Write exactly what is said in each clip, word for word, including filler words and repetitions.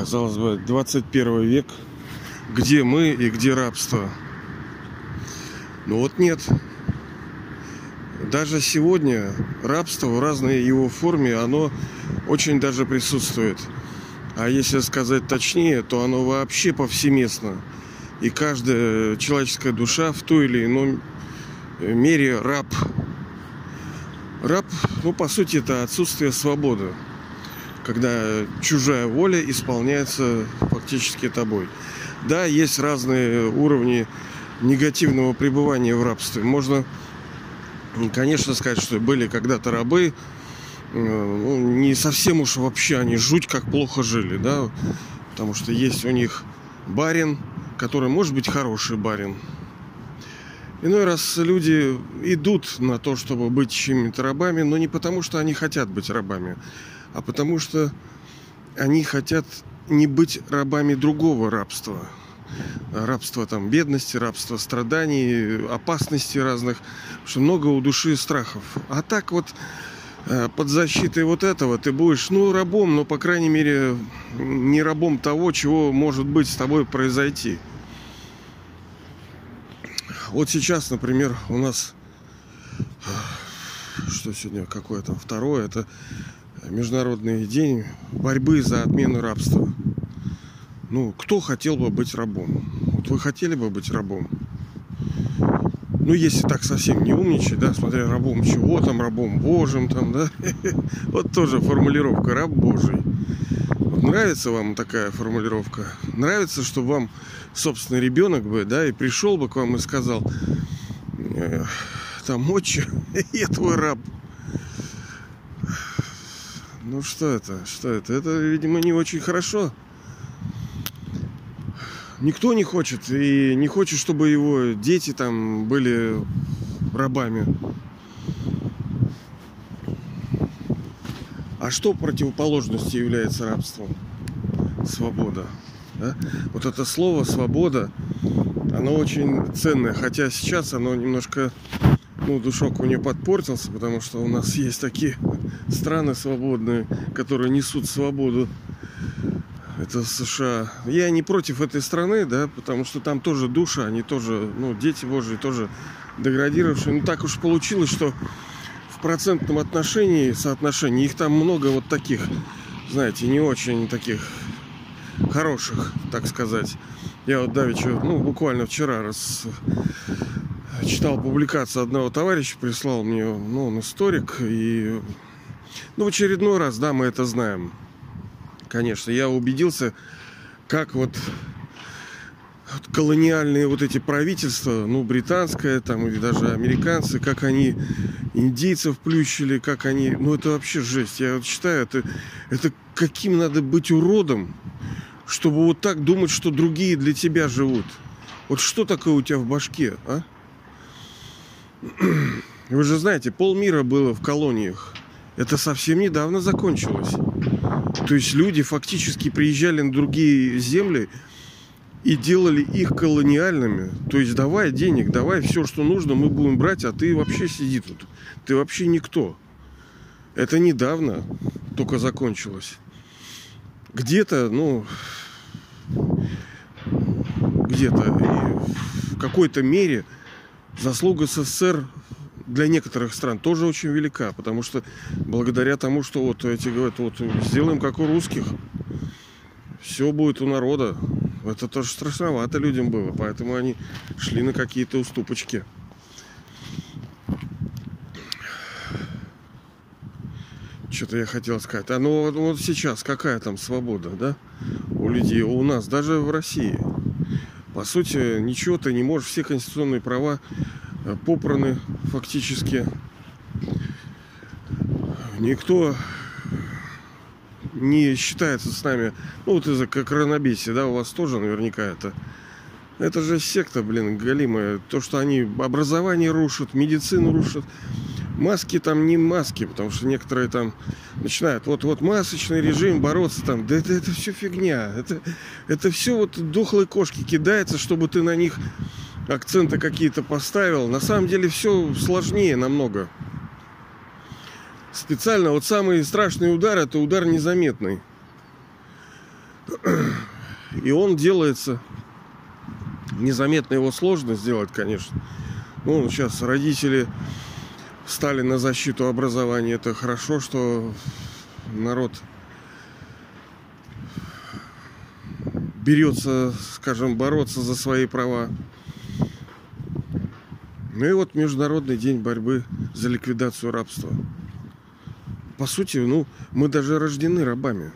казалось бы, двадцать первый век, где мы и где рабство. Но вот нет. Даже сегодня рабство в разной его форме, оно очень даже присутствует. А если сказать точнее, то оно вообще повсеместно. И каждая человеческая душа в той или иной мере раб. Раб, ну, по сути, это отсутствие свободы, когда чужая воля исполняется фактически тобой. Да, есть разные уровни негативного пребывания в рабстве. Можно, конечно, сказать, что были когда-то рабы, ну, не совсем уж вообще они жуть как плохо жили, да, потому что есть у них барин, который может быть хороший барин. Иной раз люди идут на то, чтобы быть чьими-то рабами, но не потому, что они хотят быть рабами, а потому что они хотят не быть рабами другого рабства. Рабство там бедности, рабство страданий, опасностей разных, потому что много у души страхов. А так вот под защитой вот этого ты будешь, ну, рабом, но, по крайней мере, не рабом того, чего может быть с тобой произойти. Вот сейчас, например, у нас, что сегодня, какое там, второе, это Международный день борьбы за отмену рабства. Ну, кто хотел бы быть рабом? Вот вы хотели бы быть рабом? Ну, если так совсем не умничать, да, смотря рабом чего там, рабом Божьим там, да, вот тоже формулировка раб Божий. Вот нравится вам такая формулировка? Нравится, что вам собственный ребенок бы, да, и пришел бы к вам и сказал: э, там, отче, я твой раб. Ну, что это? Что это? Это, видимо, не очень хорошо. Никто не хочет, и не хочет, чтобы его дети там были рабами. А что противоположностью является рабством? Свобода. Да? Вот это слово «свобода», оно очень ценное. Хотя сейчас оно немножко, ну, душок у нее подпортился, потому что у нас есть такие страны свободные, которые несут свободу. Это США. Я не против этой страны, да, потому что там тоже души, они тоже, ну, дети Божьи тоже деградировавшие. Ну, так уж получилось, что в процентном отношении, соотношении, их там много вот таких, знаете, не очень таких хороших, так сказать. Я вот давеча, ну, буквально вчера раз читал публикацию одного товарища, прислал мне, ну, он историк, и, ну, в очередной раз, да, мы это знаем. Конечно, я убедился, как вот, вот колониальные вот эти правительства, ну, британское, там, или даже американцы, как они индейцев плющили, как они, ну, это вообще жесть. Я вот считаю, это, это каким надо быть уродом, чтобы вот так думать, что другие для тебя живут. Вот что такое у тебя в башке, а? Вы же знаете, полмира было в колониях. Это совсем недавно закончилось. То есть люди фактически приезжали на другие земли и делали их колониальными. То есть давай денег, давай все, что нужно, мы будем брать, а ты вообще сиди тут. Ты вообще никто. Это недавно только закончилось. Где-то, ну, где-то и в какой-то мере заслуга СССР для некоторых стран тоже очень велика, потому что благодаря тому, что вот эти говорят, вот сделаем как у русских, все будет у народа. Это тоже страшновато людям было, поэтому они шли на какие-то уступочки. Что-то я хотел сказать. А ну вот, вот сейчас какая там свобода, да, у людей, у нас, даже в России. По сути, ничего ты не можешь, все конституционные права попраны фактически. Никто не считается с нами. Ну, вот из-за коронабесия, да, у вас тоже наверняка это. Это же секта, блин, галимая. То, что они образование рушат, медицину рушат. Маски там не маски, потому что некоторые там начинают, вот-вот масочный режим, бороться там. Да это, это все фигня. Это, это все вот дохлые кошки кидается, чтобы ты на них акценты какие-то поставил. На самом деле все сложнее намного. Специально вот самый страшный удар — это удар незаметный. И он делается, незаметно его сложно сделать, конечно. Ну, сейчас родители стали на защиту образования. Это хорошо, что народ берется, скажем, бороться за свои права. Ну и вот Международный день борьбы за ликвидацию рабства. По сути, ну, мы даже рождены рабами.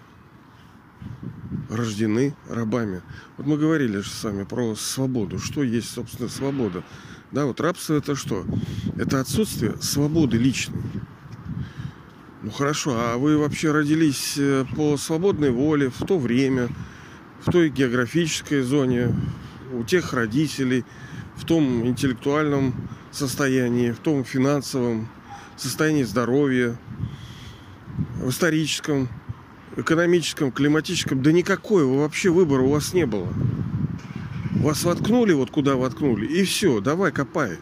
Рождены рабами. Вот мы говорили же с вами про свободу. Что есть, собственно, свобода? Да, вот рабство это что? Это отсутствие свободы личной. Ну хорошо, а вы вообще родились по свободной воле в то время, в той географической зоне, у тех родителей, в том интеллектуальном состоянии, в том финансовом состоянии здоровья, в историческом, экономическом, климатическом. Да никакой вообще выбора у вас не было. Вас воткнули вот куда воткнули, и все, давай копай.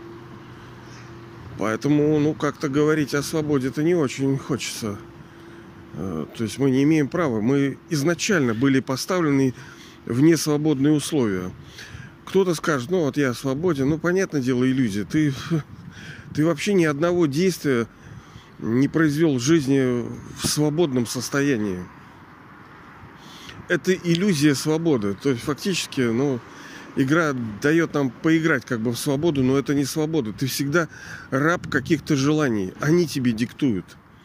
Поэтому, ну, как-то говорить о свободе-то не очень хочется. То есть мы не имеем права. Мы изначально были поставлены в несвободные условия. Кто-то скажет, ну вот я свободен. Ну, понятное дело, иллюзия. Ты, ты вообще ни одного действия не произвел в жизни в свободном состоянии. Это иллюзия свободы. То есть фактически, ну, игра дает нам поиграть как бы в свободу, но это не свобода. Ты всегда раб каких-то желаний. Они тебе диктуют.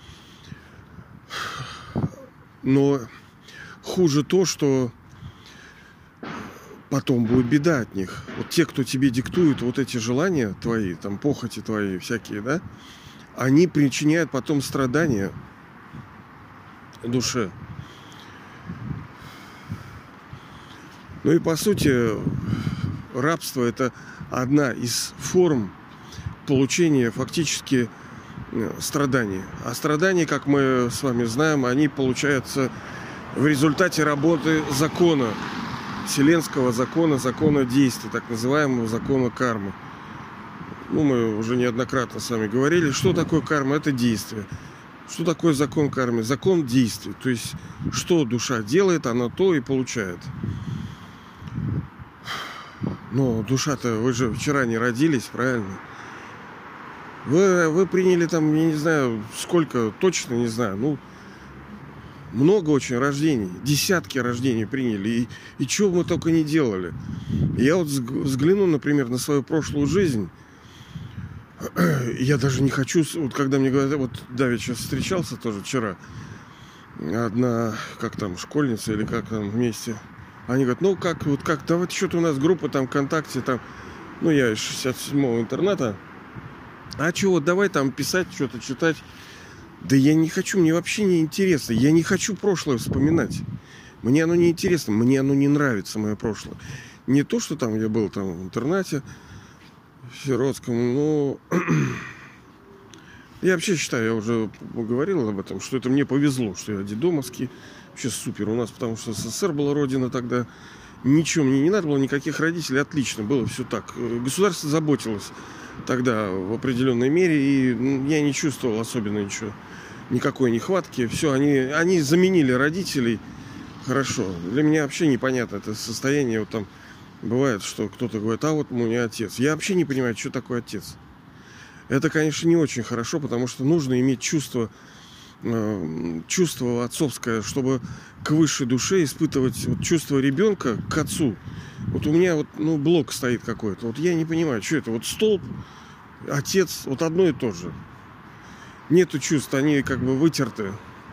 Но хуже то, что потом будет беда от них. Вот те, кто тебе диктует вот эти желания твои, там похоти твои всякие, да, они причиняют потом страдания душе. Ну и по сути рабство это одна из форм получения фактически страданий. А страдания, как мы с вами знаем, они получаются в результате работы закона, вселенского закона, закона действия, так называемого закона кармы. Ну, мы уже неоднократно с вами говорили, что такое карма? Это действие. Что такое закон кармы? Закон действия. То есть, что душа делает, она то и получает. Но душа-то, вы же вчера не родились, правильно? Вы, вы приняли там, я не знаю, сколько, точно не знаю, ну, много очень рождений, десятки рождений приняли, и, и чего мы только не делали. Я вот взгляну, например, на свою прошлую жизнь, я даже не хочу, вот когда мне говорят, вот Давид сейчас встречался тоже вчера, одна, как там, школьница или как там вместе, они говорят, ну как, вот как, давайте что-то у нас группа там ВКонтакте, там, ну я из шестьдесят седьмого интерната, а что, вот давай там писать, что-то читать. Да я не хочу, мне вообще не интересно. Я не хочу прошлое вспоминать. Мне оно не интересно, мне оно не нравится, мое прошлое. Не то, что там я был там в интернате, в Сиротском, но я вообще считаю, я уже говорил об этом, что это мне повезло, что я детдомовский. Вообще супер у нас, потому что СССР была родина тогда. Ничего мне не надо было, никаких родителей. Отлично, было все так. Государство заботилось тогда в определенной мере, и я не чувствовал особенно ничего, никакой нехватки. Все, они, они заменили родителей. Хорошо. Для меня вообще непонятно это состояние. Вот там бывает, что кто-то говорит, а вот мой отец. Я вообще не понимаю, что такое отец. Это, конечно, не очень хорошо, потому что нужно иметь чувство, э, чувство отцовское, чтобы к высшей душе испытывать вот, чувство ребенка к отцу. Вот у меня вот, ну, блок стоит какой-то. Вот я не понимаю, что это. Вот столб, отец, вот одно и то же. Нету чувств, они как бы вытерты.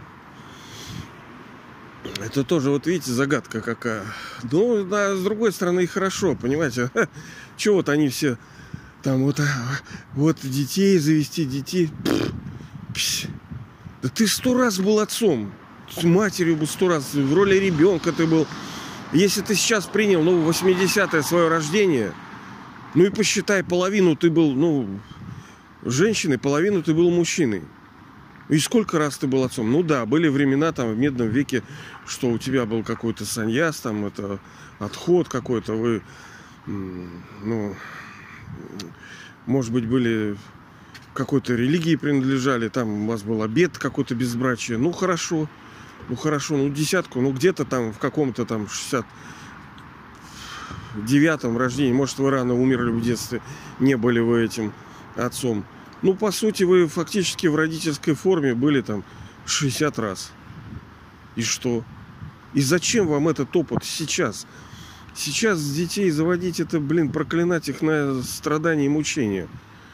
Это тоже, вот видите, загадка какая. Ну, да, с другой стороны, и хорошо, понимаете. Чего вот они все там вот, вот детей завести, детей. Пш. Да ты сто раз был отцом. С матерью был сто раз. В роли ребенка ты был. Если ты сейчас принял, ну, восьмидесятое свое рождение, ну и посчитай, половину ты был, ну, женщиной, половину ты был мужчиной. И сколько раз ты был отцом? Ну да, были времена там в Медном веке, что у тебя был какой-то саньяс, там это отход какой-то, вы, ну, может быть, были какой-то религии принадлежали, там у вас был обет какой-то безбрачия. Ну хорошо, ну хорошо, ну десятку, ну где-то там в каком-то там шестьдесят девятом рождении, может, вы рано умерли в детстве, не были вы этим отцом. Ну, по сути, вы фактически в родительской форме были там шестьдесят раз. И что? И зачем вам этот опыт сейчас? Сейчас детей заводить это, блин, проклинать их на страдания и мучения.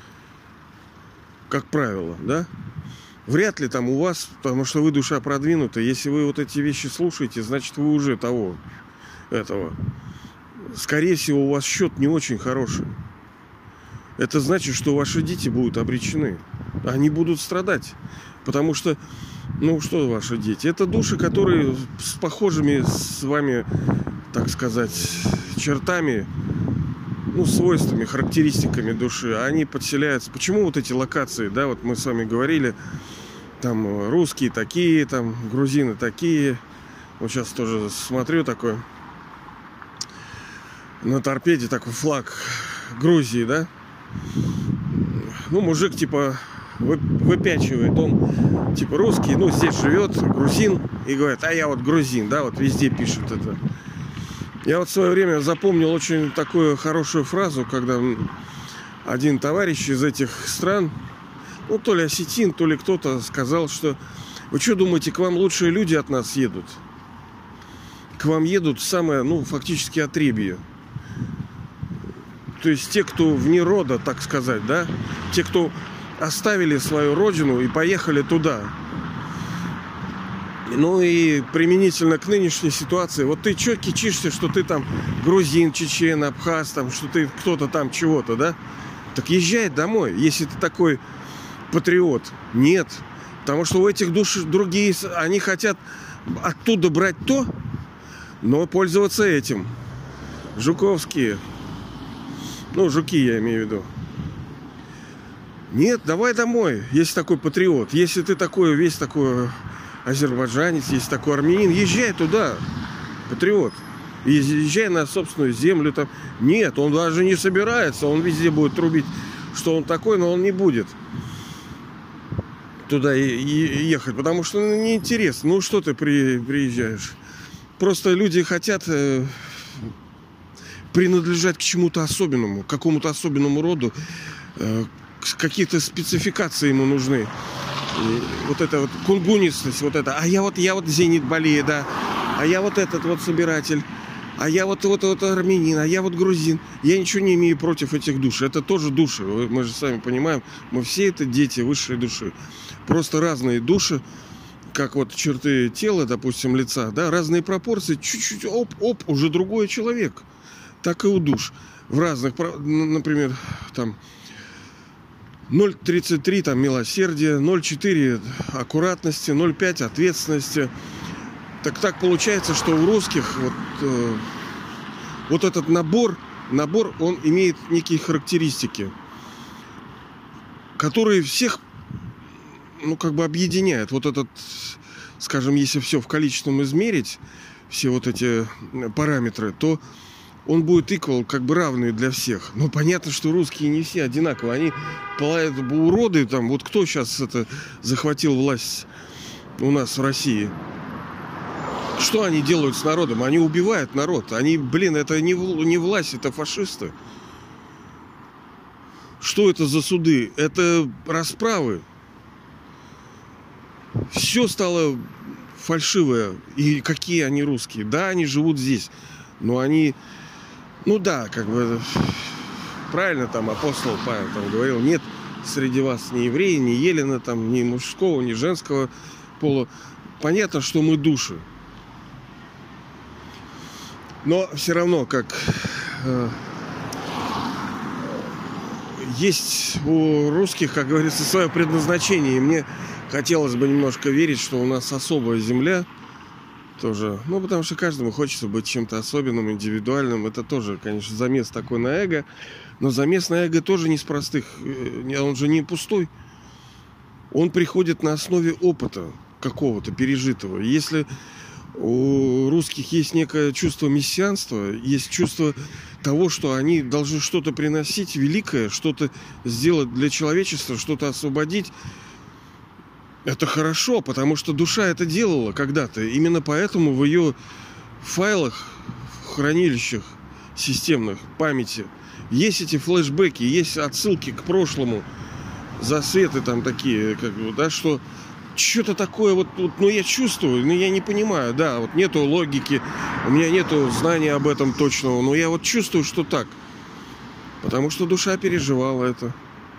Как правило, да? Вряд ли там у вас, потому что вы душа продвинутая. Если вы вот эти вещи слушаете, значит, вы уже того, этого. Скорее всего, у вас счет не очень хороший. Это значит, что ваши дети будут обречены. Они будут страдать. Потому что, ну что ваши дети? Это души, которые с похожими с вами, так сказать, чертами, ну, свойствами, характеристиками души. Они подселяются. Почему вот эти локации, да, вот мы с вами говорили, там русские такие, там грузины такие. Вот сейчас тоже смотрю такой, на торпеде такой флаг Грузии, да? Ну, мужик, типа, выпячивает, он, типа, русский, ну, здесь живет, грузин, и говорит, а я вот грузин, да, вот везде пишут это. Я вот в свое время запомнил очень такую хорошую фразу, когда один товарищ из этих стран, ну, то ли осетин, то ли кто-то сказал, что вы что думаете, к вам лучшие люди от нас едут? К вам едут самое, ну, фактически отребье. То есть те, кто вне рода, так сказать, да? Те, кто оставили свою родину и поехали туда. Ну и применительно к нынешней ситуации. Вот ты что кичишься, что ты там грузин, чечен, абхаз, там, что ты кто-то там чего-то, да? Так езжай домой, если ты такой патриот. Нет. Потому что у этих душ другие, они хотят оттуда брать то, но пользоваться этим. Жуковские. Ну, жуки я имею в виду. Нет, давай домой, если такой патриот. Если ты такой, весь такой азербайджанец, если такой армянин, езжай туда, патриот. Езжай на собственную землю там. Нет, он даже не собирается, он везде будет трубить, что он такой, но он не будет туда и, и ехать, потому что ну, неинтересно. Ну, что ты при, приезжаешь? Просто люди хотят э, принадлежать к чему-то особенному, к какому-то особенному роду, э, какие-то спецификации ему нужны. И вот это вот кунгунистость, вот это. А я вот, я вот зенит болею, да. А я вот этот вот собиратель. А я вот, вот, вот армянин, а я вот грузин. Я ничего не имею против этих душ. Это тоже души. Мы же сами понимаем, мы все это дети высшей души. Просто разные души, как вот черты тела, допустим, лица, да, разные пропорции, чуть-чуть, оп-оп, уже другой человек. Так и у душ. В разных, например, там ноль целых тридцать три там милосердие, ноль целых четыре аккуратности, ноль целых пять ответственности. Так так получается, что у русских вот, э, вот этот набор, набор, он имеет некие характеристики, которые всех, ну, как бы объединяют. Вот этот, скажем, если все в количественном измерить, все вот эти параметры, то он будет equal, как бы равный для всех. Но понятно, что русские не все одинаковые. Они полают уроды, там, вот кто сейчас это захватил власть у нас в России? Что они делают с народом? Они убивают народ. Они, блин, это не, не власть, это фашисты. Что это за суды? Это расправы. Все стало фальшивое. И какие они русские? Да, они живут здесь. Но они... Ну да, как бы... Правильно там апостол Павел там говорил. Нет среди вас ни еврея, ни елена, там, ни мужского, ни женского пола. Понятно, что мы души. Но все равно, как э, есть у русских, как говорится, свое предназначение. И мне хотелось бы немножко верить, что у нас особая земля тоже. Ну, потому что каждому хочется быть чем-то особенным, индивидуальным. Это тоже, конечно, замес такой на эго. Но замес на эго тоже не с простых. Он же не пустой. Он приходит на основе опыта какого-то пережитого. Если у русских есть некое чувство мессианства, есть чувство того, что они должны что-то приносить великое, что-то сделать для человечества, что-то освободить. Это хорошо, потому что душа это делала когда-то. Именно поэтому в ее файлах, в хранилищах системных памяти есть эти флешбеки, есть отсылки к прошлому, засветы там такие, как бы, да, что что-то такое вот, вот, ну я чувствую, но я не понимаю, да, вот нету логики, у меня нету знания об этом точного, но я вот чувствую, что так, потому что душа переживала это.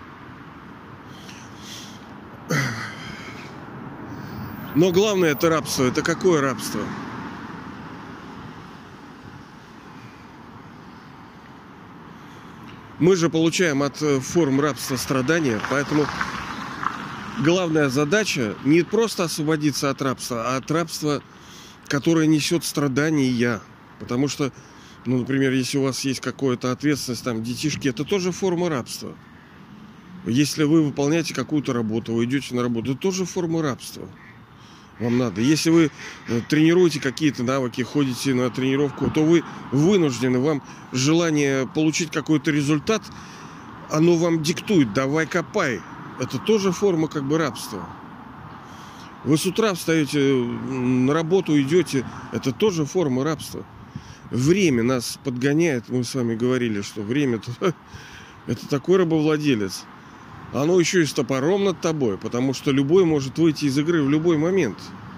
Но главное это рабство. Это какое рабство? Мы же получаем от форм рабства страдания, поэтому главная задача не просто освободиться от рабства, а от рабства, которое несет страдания. Потому что, ну, например, если у вас есть какая-то ответственность, там, детишки, это тоже форма рабства. Если вы выполняете какую-то работу, вы идете на работу, это тоже форма рабства. Вам надо. Если вы тренируете какие-то навыки, ходите на тренировку, то вы вынуждены, вам желание получить какой-то результат, оно вам диктует, давай копай. Это тоже форма как бы рабства. Вы с утра встаете, на работу идете, это тоже форма рабства. Время нас подгоняет, мы с вами говорили, что время это такой рабовладелец. Оно еще и с топором над тобой, потому что любой может выйти из игры в любой момент.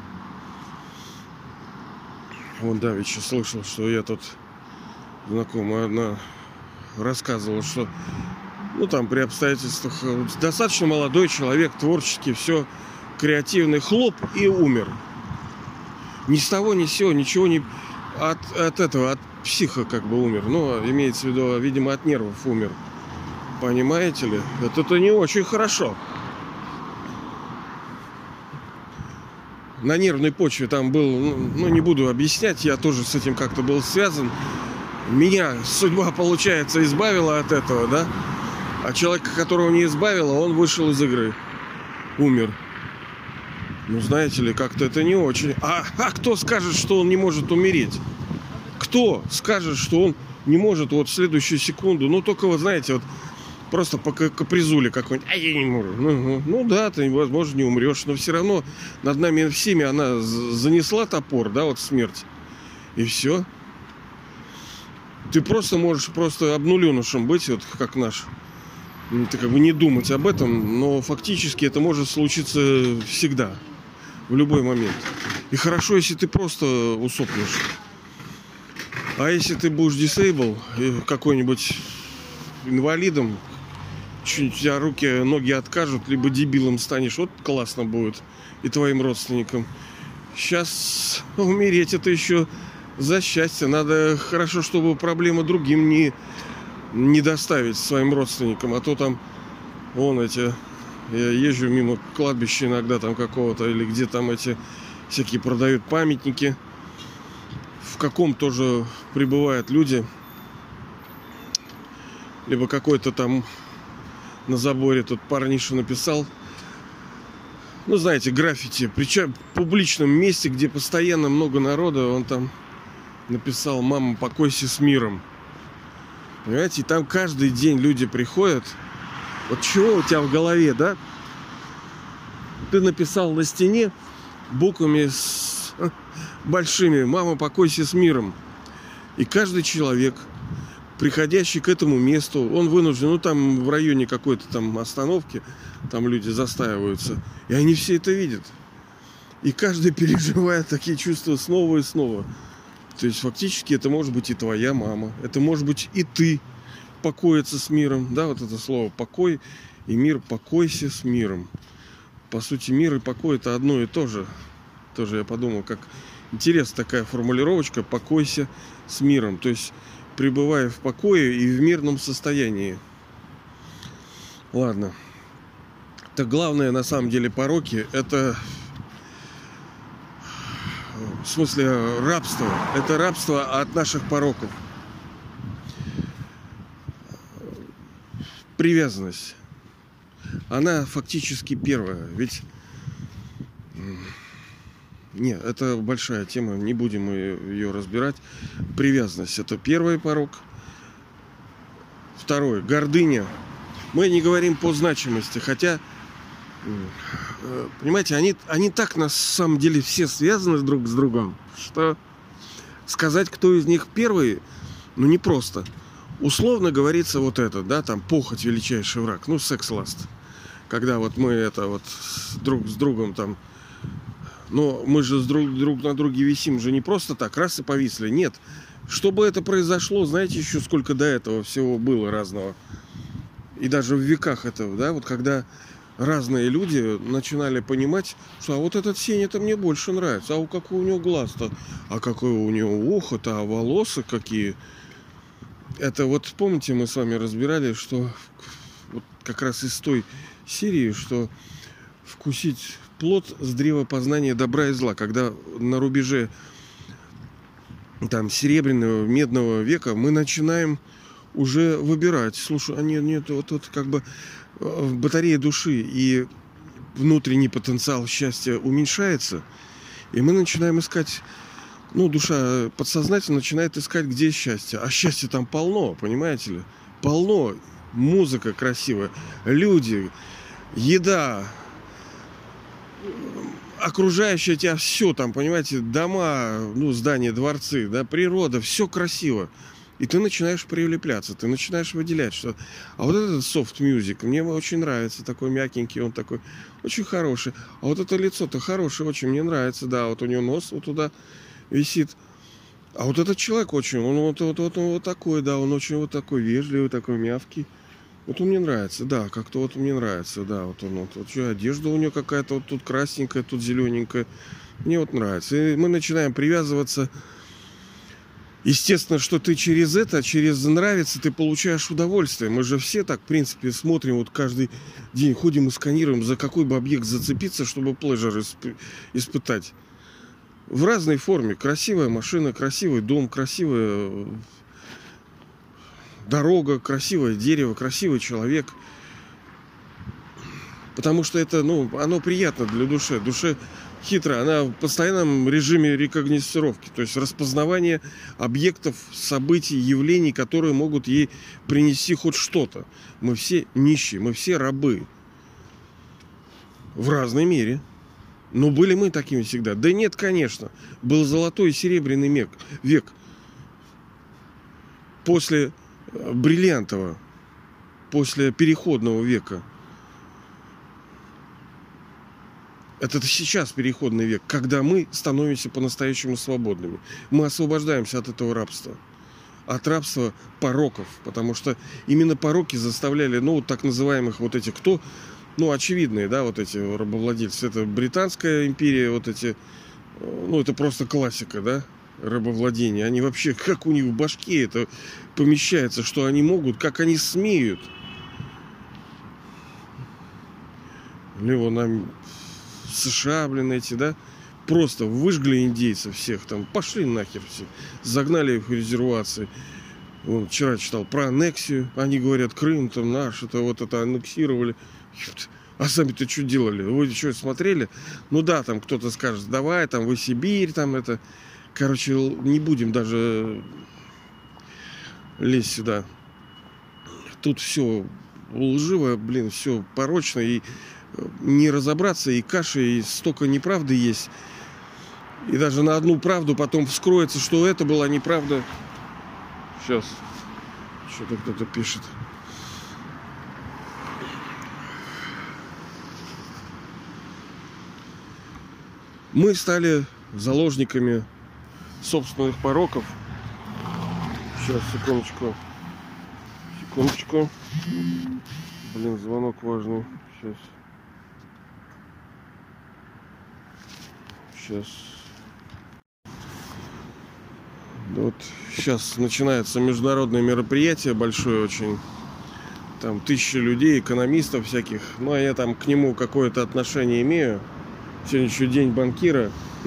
Вон давеча слышал, что я тут знакомая одна рассказывала, что ну там при обстоятельствах достаточно молодой человек, творческий, все, креативный, хлоп и умер. Ни с того, ни с сего, ничего не... От, от этого, от психа как бы умер. Ну, имеется в виду, видимо, от нервов умер. Понимаете ли? Это, это не очень хорошо. На нервной почве там был, ну не буду объяснять, я тоже с этим как-то был связан. Меня судьба, получается, избавила от этого, да? А человека, которого не избавила, он вышел из игры. Умер. Ну, знаете ли, как-то это не очень. А, а кто скажет, что он не может умереть? Кто скажет, что он не может вот в следующую секунду? Ну, только вот, знаете, вот просто по капризуле какой-нибудь. А я не могу. Ну, ну да, ты, возможно, не умрешь. Но все равно над нами всеми она занесла топор, да, вот смерть. И все. Ты просто можешь просто обнуленышем быть, вот как наш. Ты как бы не думать об этом, но фактически это может случиться всегда. В любой момент. И хорошо, если ты просто усопнешь. А если ты будешь disable, какой-нибудь инвалидом, чуть у тебя руки, ноги откажут, либо дебилом станешь, вот классно будет и твоим родственникам. Сейчас умереть это еще за счастье. Надо хорошо, чтобы проблемы другим не, не доставить своим родственникам. А то там, вон эти, я езжу мимо кладбища иногда там какого-то, или где там эти всякие продают памятники, в каком тоже пребывают люди, либо какой-то там на заборе тут парниша написал, ну знаете, граффити, причем в публичном месте, где постоянно много народа, он там написал: «Мама, покойся с миром». Понимаете, и там каждый день люди приходят. Вот чего у тебя в голове, да? Ты написал на стене буквами с большими: «Мама, покойся с миром». И каждый человек, приходящий к этому месту, он вынужден, ну там в районе какой-то там остановки, там люди застаиваются, и они все это видят. И каждый переживает такие чувства снова и снова. То есть фактически это может быть и твоя мама, это может быть и ты покоиться с миром. Да, вот это слово покой и мир, покойся с миром. По сути, мир и покой это одно и то же. Тоже я подумал, как интересная такая формулировочка: покойся с миром. То есть пребывая в покое и в мирном состоянии. Ладно. Так главное на самом деле пороки это, в смысле, рабство. Это рабство от наших пороков. Привязанность. Она фактически первая. Ведь нет, это большая тема, не будем ее разбирать. Привязанность — это первый порок. Второй — гордыня. Мы не говорим по значимости, хотя Понимаете, они, они так на самом деле все связаны друг с другом, что сказать, кто из них первый, ну непросто. Условно говорится вот это, да, там похоть величайший враг, ну секс-ласт. Когда вот мы это вот друг с другом там, но мы же с друг, друг на друге висим же не просто так, раз и повисли, нет. Чтобы это произошло, знаете, еще сколько до этого всего было разного. И даже в веках этого, да, вот когда разные люди начинали понимать, что а вот этот Сеня-то мне больше нравится, а у какой у него глаз-то, а какое у него ухо-то, а волосы какие. Это вот помните, мы с вами разбирали, что вот как раз из той серии, что вкусить плод с древа познания добра и зла, когда на рубеже там серебряного, медного века мы начинаем уже выбирать. Слушай, а нет, нет, вот, вот как бы батарея души и внутренний потенциал счастья уменьшается, и мы начинаем искать, ну, душа подсознательно начинает искать, где счастье. А счастья там полно, понимаете ли? Полно. Музыка красивая, люди, еда, окружающее тебя все там, понимаете, дома, ну, здания, дворцы, да, природа, все красиво. И ты начинаешь прилепляться, ты начинаешь выделять, что... А вот этот soft music мне очень нравится, такой мягенький, он такой очень хороший. А вот это лицо-то хорошее, очень мне нравится, да, вот у него нос вот туда висит. А вот этот человек очень, он вот, вот, вот, он вот такой, да, он очень вот такой вежливый, такой мягкий. Вот он мне нравится, да, как-то вот мне нравится, да, вот он, вот, вот что, одежда у него какая-то вот тут красненькая, тут зелененькая. Мне вот нравится. И мы начинаем привязываться. Естественно, что ты через это, через нравится, ты получаешь удовольствие. Мы же все так, в принципе, смотрим, вот каждый день ходим и сканируем, за какой бы объект зацепиться, чтобы плежер исп- испытать. В разной форме. Красивая машина, красивый дом, красивая дорога, красивое дерево, красивый человек. Потому что это, ну, оно приятно для души. Душе хитро, она в постоянном режиме рекогносцировки, то есть распознавание объектов, событий, явлений, которые могут ей принести хоть что-то. Мы все нищие, мы все рабы. В разной мере. Но были мы такими всегда? Да нет, конечно. Был золотой и серебряный век. век. После бриллиантового, после переходного века. Это сейчас переходный век, когда мы становимся по-настоящему свободными. Мы освобождаемся от этого рабства. От рабства пороков. Потому что именно пороки заставляли, ну, вот так называемых вот этих, кто, ну, очевидные, да, вот эти рабовладельцы. Это Британская империя, вот эти, ну, это просто классика, да, рабовладения. Они вообще, как у них в башке это помещается, что они могут, как они смеют. Либо нам... США, блин, эти, да, просто выжгли индейцев всех, там, пошли нахер все, загнали их в резервации. Вон, вчера читал про аннексию, они говорят, Крым там наш, это вот это аннексировали. А сами-то что делали? Вы что, смотрели? Ну да, там кто-то скажет, давай, там, вы Сибирь, там, это... Короче, не будем даже лезть сюда. Тут все лживо, блин, все порочно, и не разобраться, и каши, и столько неправды есть. И даже на одну правду потом вскроется, что это была неправда. Сейчас. Что-то кто-то пишет. Мы стали заложниками собственных пороков. Сейчас, секундочку. Секундочку. Блин, звонок важный. Сейчас. Сейчас. Вот сейчас начинается международное мероприятие большое очень. Там тысячи людей, экономистов всяких. Ну, а я там к нему какое-то отношение имею. Сегодня еще день банкира.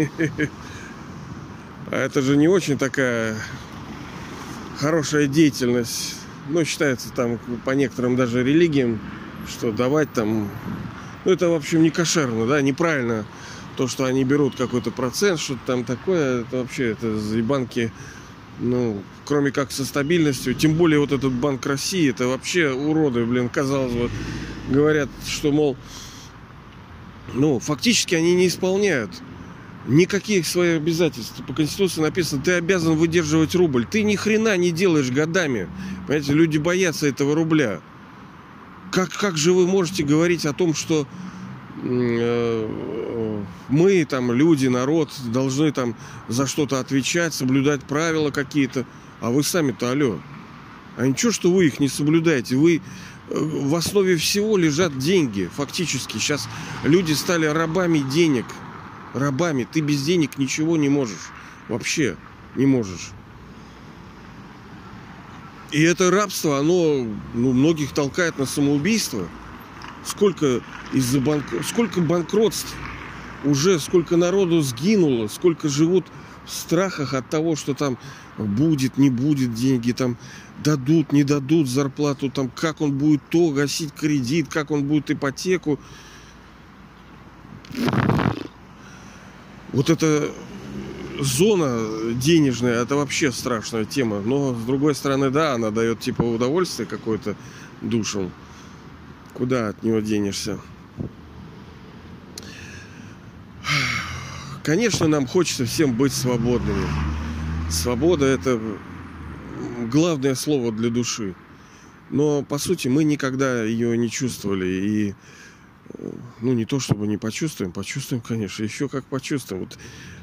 А это же не очень такая хорошая деятельность. Ну, считается там по некоторым даже религиям, что давать там... Ну, это, в общем, не кошерно, да, неправильно. То, что они берут какой-то процент, что-то там такое, это вообще, это банки, ну, кроме как со стабильностью, тем более вот этот Банк России, это вообще уроды, блин, казалось бы, говорят, что, мол, ну, фактически они не исполняют никаких своих обязательств. По Конституции написано, ты обязан выдерживать рубль. Ты ни хрена не делаешь годами. Понимаете, люди боятся этого рубля. Как, как же вы можете говорить о том, что э, мы, там, люди, народ, должны там за что-то отвечать, соблюдать правила какие-то, а вы сами-то, алло. А ничего, что вы их не соблюдаете. Вы, в основе всего лежат деньги, фактически. Сейчас люди стали рабами денег. Рабами. Ты без денег ничего не можешь. Вообще не можешь. И это рабство, оно, ну, многих толкает на самоубийство. Сколько из-за банк... сколько банкротств уже, сколько народу сгинуло, сколько живут в страхах от того, что там будет, не будет деньги, там дадут, не дадут зарплату, там как он будет то гасить кредит, как он будет ипотеку. Вот эта зона денежная, это вообще страшная тема. Но с другой стороны, да, она дает типа удовольствие какое-то душам. Куда от него денешься? Конечно, нам хочется всем быть свободными. Свобода — это главное слово для души. Но, по сути, мы никогда ее не чувствовали. И, ну, не то чтобы не почувствуем, почувствуем, конечно, еще как почувствуем. Вот,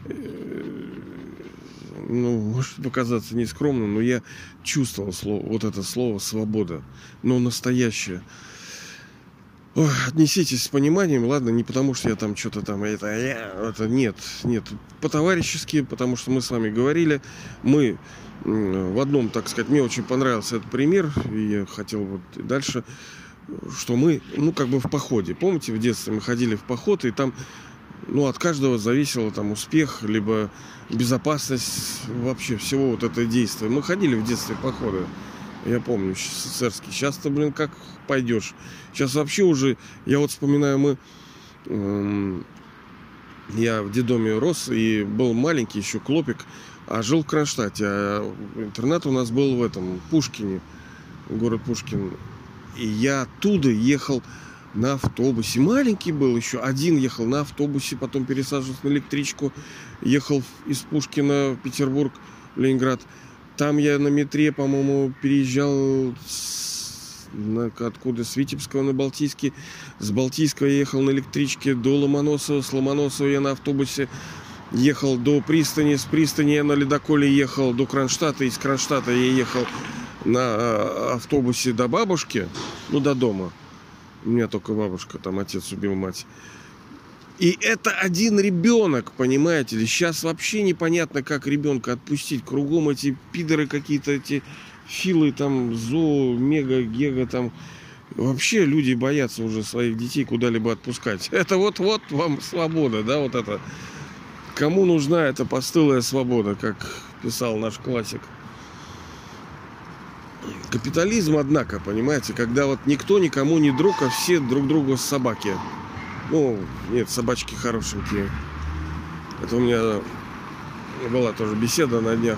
ну, может показаться нескромным, но я чувствовал слово, вот это слово «свобода». Но настоящее. Ой, отнеситесь с пониманием, ладно, не потому что я там что-то там, это, это нет, нет, по-товарищески, потому что мы с вами говорили, мы в одном, так сказать, мне очень понравился этот пример, и я хотел вот дальше, что мы, ну, как бы в походе, помните, в детстве мы ходили в поход, и там, ну, от каждого зависело там успех, либо безопасность вообще всего вот этого действия. Мы ходили в детстве в походы. Я помню, царский. Сейчас-то, блин, как пойдешь. Сейчас вообще уже, я вот вспоминаю, мы, эм, я в детдоме рос и был маленький еще клопик, а жил в Кронштадте. А интернат у нас был в этом, Пушкине, город Пушкин. И я оттуда ехал на автобусе. Маленький был еще, один ехал на автобусе, потом пересаживался на электричку, ехал из Пушкина в Петербург, в Ленинград. Там я на метре, по-моему, переезжал с, на, откуда, с Витебского на Балтийский. С Балтийского я ехал на электричке до Ломоносова. С Ломоносова я на автобусе ехал до пристани. С пристани я на ледоколе ехал до Кронштадта. Из Кронштадта я ехал на автобусе до бабушки, ну, до дома. У меня только бабушка, там отец убил мать. И это один ребенок, понимаете ли. Сейчас вообще непонятно, как ребенка отпустить. Кругом эти пидоры какие-то, эти филы, там, зоо, мега, гега, там. Вообще люди боятся уже своих детей куда-либо отпускать. Это вот-вот вам свобода, да, вот это. Кому нужна эта постылая свобода, как писал наш классик. Капитализм, однако, понимаете, когда вот никто никому не друг, а все друг другу собаки. Ну, нет, собачки хорошенькие. Это у меня была тоже беседа на днях.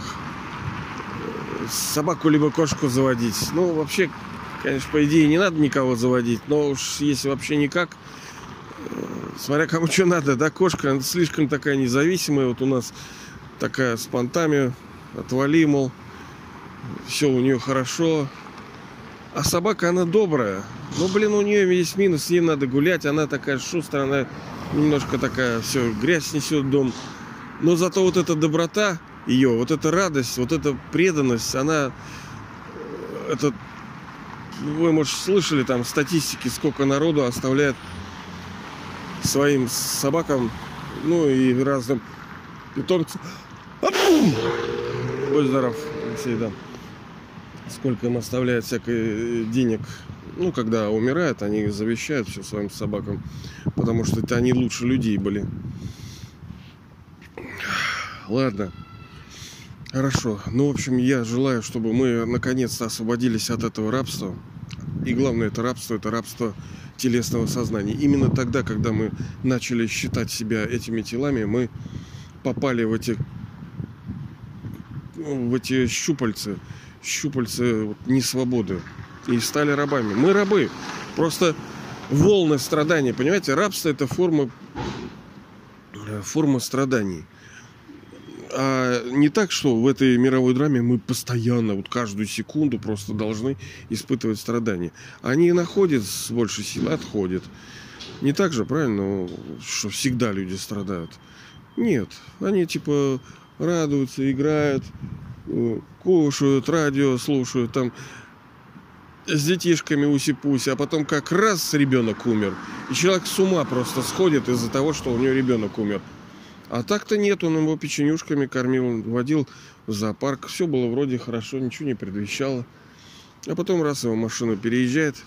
Собаку либо кошку заводить. Ну, вообще, конечно, по идее не надо никого заводить. Но уж если вообще никак, смотря кому что надо, да, кошка, она слишком такая независимая. Вот у нас такая с понтами, отвали, мол, все у нее хорошо. А собака, она добрая. Но, блин, у нее есть минус, с ней надо гулять. Она такая шустрая, она немножко такая, все, грязь несет в дом. Но зато вот эта доброта ее, вот эта радость, вот эта преданность, она... Это, вы, может, слышали там статистики, сколько народу оставляет своим собакам, ну и разным питомцам. Будь здоров, Алексей, да. Сколько им оставляет всякой денег. Ну, когда умирают, они завещают все своим собакам. Потому что это они лучше людей были. Ладно. Хорошо. Ну, в общем, я желаю, чтобы мы наконец-то освободились от этого рабства. И главное, это рабство, это рабство телесного сознания. Именно тогда, когда мы начали считать себя этими телами, мы попали в эти, в эти щупальцы. щупальцы несвободы и стали рабами. Мы рабы. Просто волны страданий. Понимаете, рабство — это форма, форма страданий. А не так, что в этой мировой драме мы постоянно, вот каждую секунду просто должны испытывать страдания. Они находят с большей силы, отходят. Не так же, правильно, что всегда люди страдают. Нет, они типа радуются, играют, кушают, радио слушают, там с детишками уси-пуси, а потом как раз ребенок умер. И человек с ума просто сходит из-за того, что у него ребенок умер. А так-то нет, он его печенюшками кормил, водил в зоопарк. Все было вроде хорошо, ничего не предвещало. А потом раз его машина переезжает,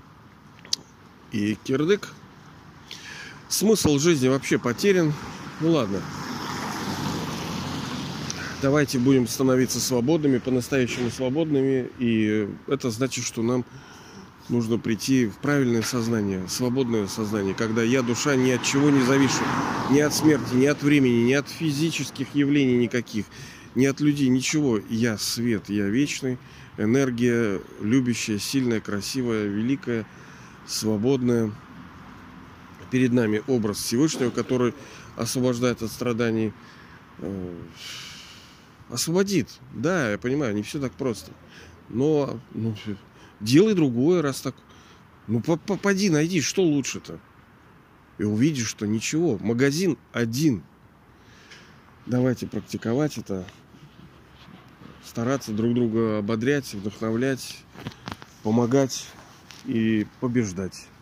и кирдык. Смысл жизни вообще потерян. Ну ладно. Давайте будем становиться свободными, по-настоящему свободными. И это значит, что нам нужно прийти в правильное сознание, свободное сознание, когда я, душа, ни от чего не завишу. Ни от смерти, ни от времени, ни от физических явлений никаких, ни от людей, ничего. Я свет, я вечный, энергия, любящая, сильная, красивая, великая, свободная. Перед нами образ Всевышнего, который освобождает от страданий. Освободит. Да, я понимаю, не все так просто. Но ну, делай другое, раз так. Ну, попади, найди, что лучше-то. И увидишь, что ничего. Магазин один. Давайте практиковать это. Стараться друг друга ободрять, вдохновлять, помогать и побеждать.